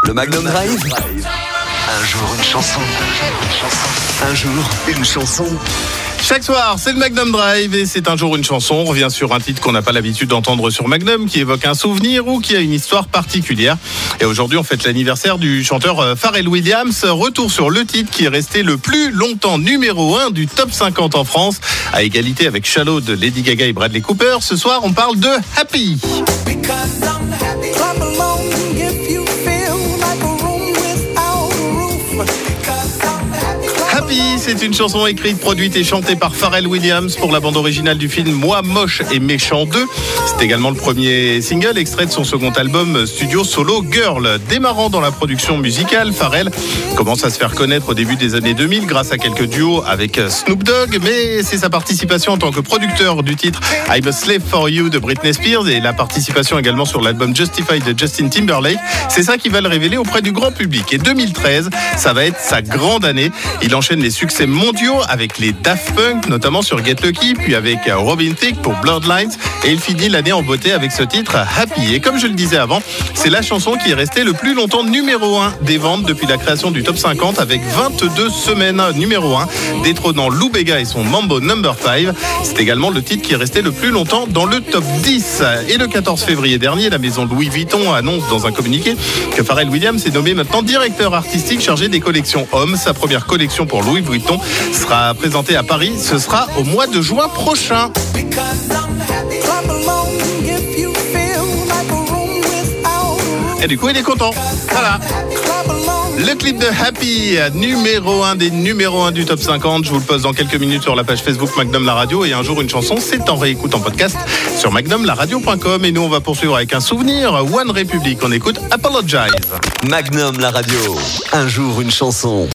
Le Magnum Drive. Un jour une chanson. Un jour une chanson. Chaque soir, c'est le Magnum Drive et c'est un jour une chanson. On revient sur un titre qu'on n'a pas l'habitude d'entendre sur Magnum, qui évoque un souvenir ou qui a une histoire particulière. Et aujourd'hui, on fête l'anniversaire du chanteur Pharrell Williams. Retour sur le titre qui est resté le plus longtemps numéro 1 du top 50 en France, à égalité avec Shallow de Lady Gaga et Bradley Cooper. Ce soir, on parle de Happy. C'est une chanson écrite, produite et chantée par Pharrell Williams pour la bande originale du film Moi, Moche et Méchant 2. C'est également le premier single extrait de son second album studio solo Girl. Démarrant dans la production musicale, Pharrell commence à se faire connaître au début des années 2000 grâce à quelques duos avec Snoop Dogg, mais c'est sa participation en tant que producteur du titre I'm a Slave for You de Britney Spears et la participation également sur l'album Justified de Justin Timberlake. C'est ça qui va le révéler auprès du grand public. Et 2013, ça va être sa grande année. Il enchaîne les succès mondiaux avec les Daft Punk, notamment sur Get Lucky, puis avec Robin Thicke pour Bloodlines, et il finit l'année en beauté avec ce titre Happy. Et comme je le disais avant, c'est la chanson qui est restée le plus longtemps numéro 1 des ventes depuis la création du top 50 avec 22 semaines numéro 1, détrônant Lou Bega et son Mambo No. 5. C'est également le titre qui est resté le plus longtemps dans le top 10. Et le 14 février dernier, la maison Louis Vuitton annonce dans un communiqué que Pharrell Williams est nommé maintenant directeur artistique chargé des collections hommes. Sa première collection pour Louis Vuitton sera présentée à Paris. Ce sera au mois de juin prochain. Et du coup, il est content. Voilà. Le clip de Happy, numéro 1 des numéros 1 du top 50. Je vous le poste dans quelques minutes sur la page Facebook Magnum La Radio. Et un jour, une chanson, c'est en réécoute en podcast sur magnumlaradio.com. Et nous, on va poursuivre avec un souvenir. One Republic. On écoute Apologize. Magnum La Radio. Un jour une chanson.